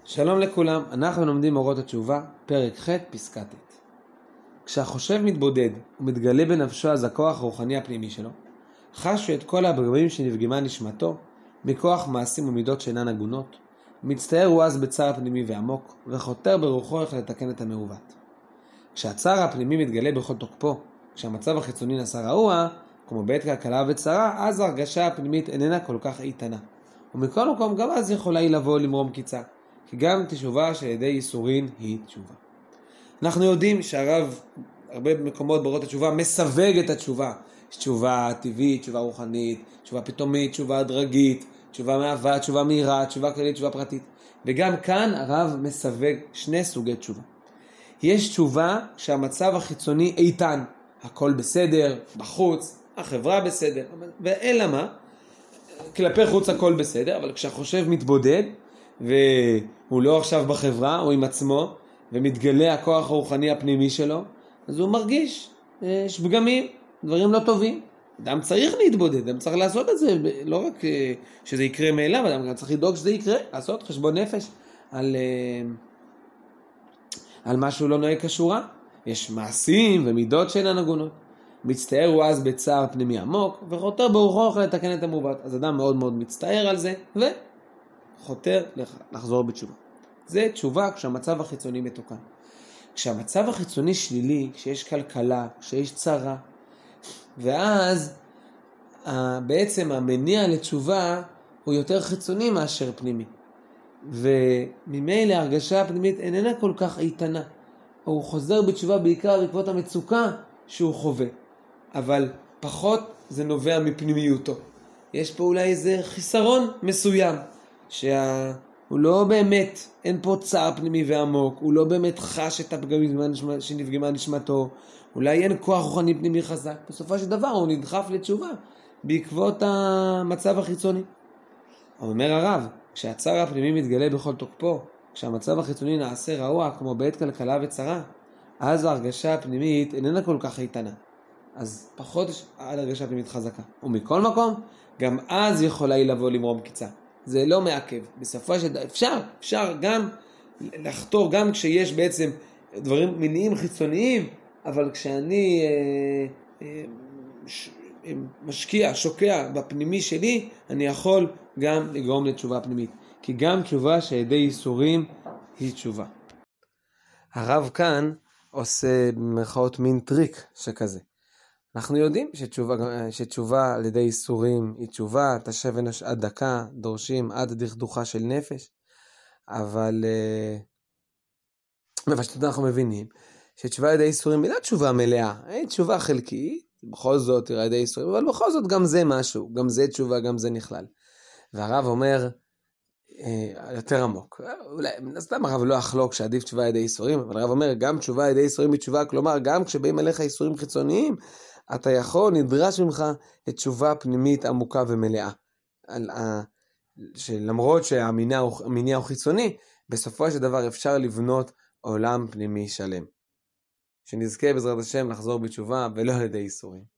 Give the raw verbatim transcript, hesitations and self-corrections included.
שלום לכולם, אנחנו לומדים אורות התשובה, פרק ח' פסקה ט'. כשהחושב מתבודד ומתגלה בנפשו אז הכוח הרוחני הפנימי שלו, חשו את כל הפגמים שנפגמה נשמתו, מכוח מעשים ומידות שאינן הגונות, מצטער הוא אז בצער פנימי ועמוק, וחותר ברוחו איך לתקן את המעוות. כשהצער הפנימי מתגלה בכל תוקפו, כשהמצב החיצוני נעשה רעוע, כמו בעת כלכלה וצרה, אז ההרגשה הפנימית איננה כל כך איתנה. ומכל מקום גם אז יכולה היא לבוא למרום קיצה. כי גם תשובה שעל ידי ייסורין היא תשובה. אנחנו יודעים שהרב, הרבה מקומות באורות התשובה, מסווג את התשובה. יש תשובה טבעית, תשובה רוחנית, תשובה פתאומית, תשובה דרגית, תשובה מהווה, תשובה מהירה, תשובה כללית, תשובה פרטית. וגם כאן הרב מסווג שני סוגי תשובה. יש תשובה שהמצב החיצוני איתן, הכל בסדר, בחוץ, החברה בסדר, ואין מה, כלפי חוץ הכל בסדר, אבל כשהחושב מתבודד, והוא לא עכשיו בחברה או עם עצמו, ומתגלה הכוח הרוחני הפנימי שלו, אז הוא מרגיש שפגמים, דברים לא טובים. אדם צריך להתבודד, אדם צריך לעשות את זה, לא רק שזה יקרה מאליו, אדם גם צריך לדאוג שזה יקרה, לעשות חשבון נפש על, על משהו לא נוהג כשורה. יש מעשים ומידות שאינן הגונות. מצטער הוא אז בצער פנימי עמוק, וחותר ברוחו איך לתקן את המעוות. אז אדם מאוד מאוד מצטער על זה, ו... חותר לחזור בתשובה. זה תשובה כשהמצב החיצוני מתוקן. כשהמצב החיצוני שלילי, כשיש כלכלה, כשיש צרה, ואז בעצם המניע לתשובה הוא יותר חיצוני מאשר פנימי. וממילא ההרגשה הפנימית איננה כל כך איתנה. הוא חוזר בתשובה בעיקר בעקבות המצוקה שהוא חווה. אבל פחות זה נובע מפנימיותו. יש פה אולי איזה חיסרון מסוים. שהוא לא באמת, אין פה צער פנימי ועמוק, הוא לא באמת חש את הפגמים שנפגמה נשמתו, אולי אין כוח רוחני פנימי חזק, בסופו של דבר הוא נדחף לתשובה בעקבות המצב החיצוני. אומר הרב, כשהצער הפנימי מתגלה בכל תוקפו, כשהמצב החיצוני נעשה רעוע כמו בעת כלכלה וצרה, אז ההרגשה הפנימית איננה כל כך איתנה, אז פחות ההרגשה הפנימית חזקה, ומכל מקום גם אז יכולה היא לבוא למרום קיצה. זה לא מעכב. בסופו של דבר, אפשר, אפשר גם לחתור, גם כשיש בעצם דברים מניעים חיצוניים, אבל כשאני אה, אה, ש, אה, משקיע, שוקע בפנימי שלי, אני יכול גם לגרום לתשובה פנימית. כי גם תשובה שעל ידי ייסורים היא תשובה. הרב כאן עושה במרכאות מין טריק שכזה. אנחנו יודעים שתשובה, שתשובה על ידי ייסורים היא תשובה, תשב אנוש עד דקה, דורשים עד דכדוכה של נפש, אבל בפשטות אנחנו מבינים שתשובה על ידי ייסורים היא לא תשובה מלאה, היא תשובה חלקית, בכל זאת על ידי ייסורים, אבל בכל זאת גם זה משהו, גם זה תשובה, גם זה נכלל. והרב אומר יותר עמוק, אולי סתם הרב לא יחלוק שעדיף תשובה על ידי ייסורים, אבל הרב אומר גם תשובה על ידי ייסורים היא תשובה, כלומר גם כשבאים עליך ייסורים חיצוניים, אתה יכול, נדרש ממך את תשובה פנימית עמוקה ומלאה. על, שלמרות שהמניע הוא חיצוני, בסופו של דבר אפשר לבנות עולם פנימי שלם. שנזכה בעזרת השם לחזור בתשובה ולא על ידי ייסורים.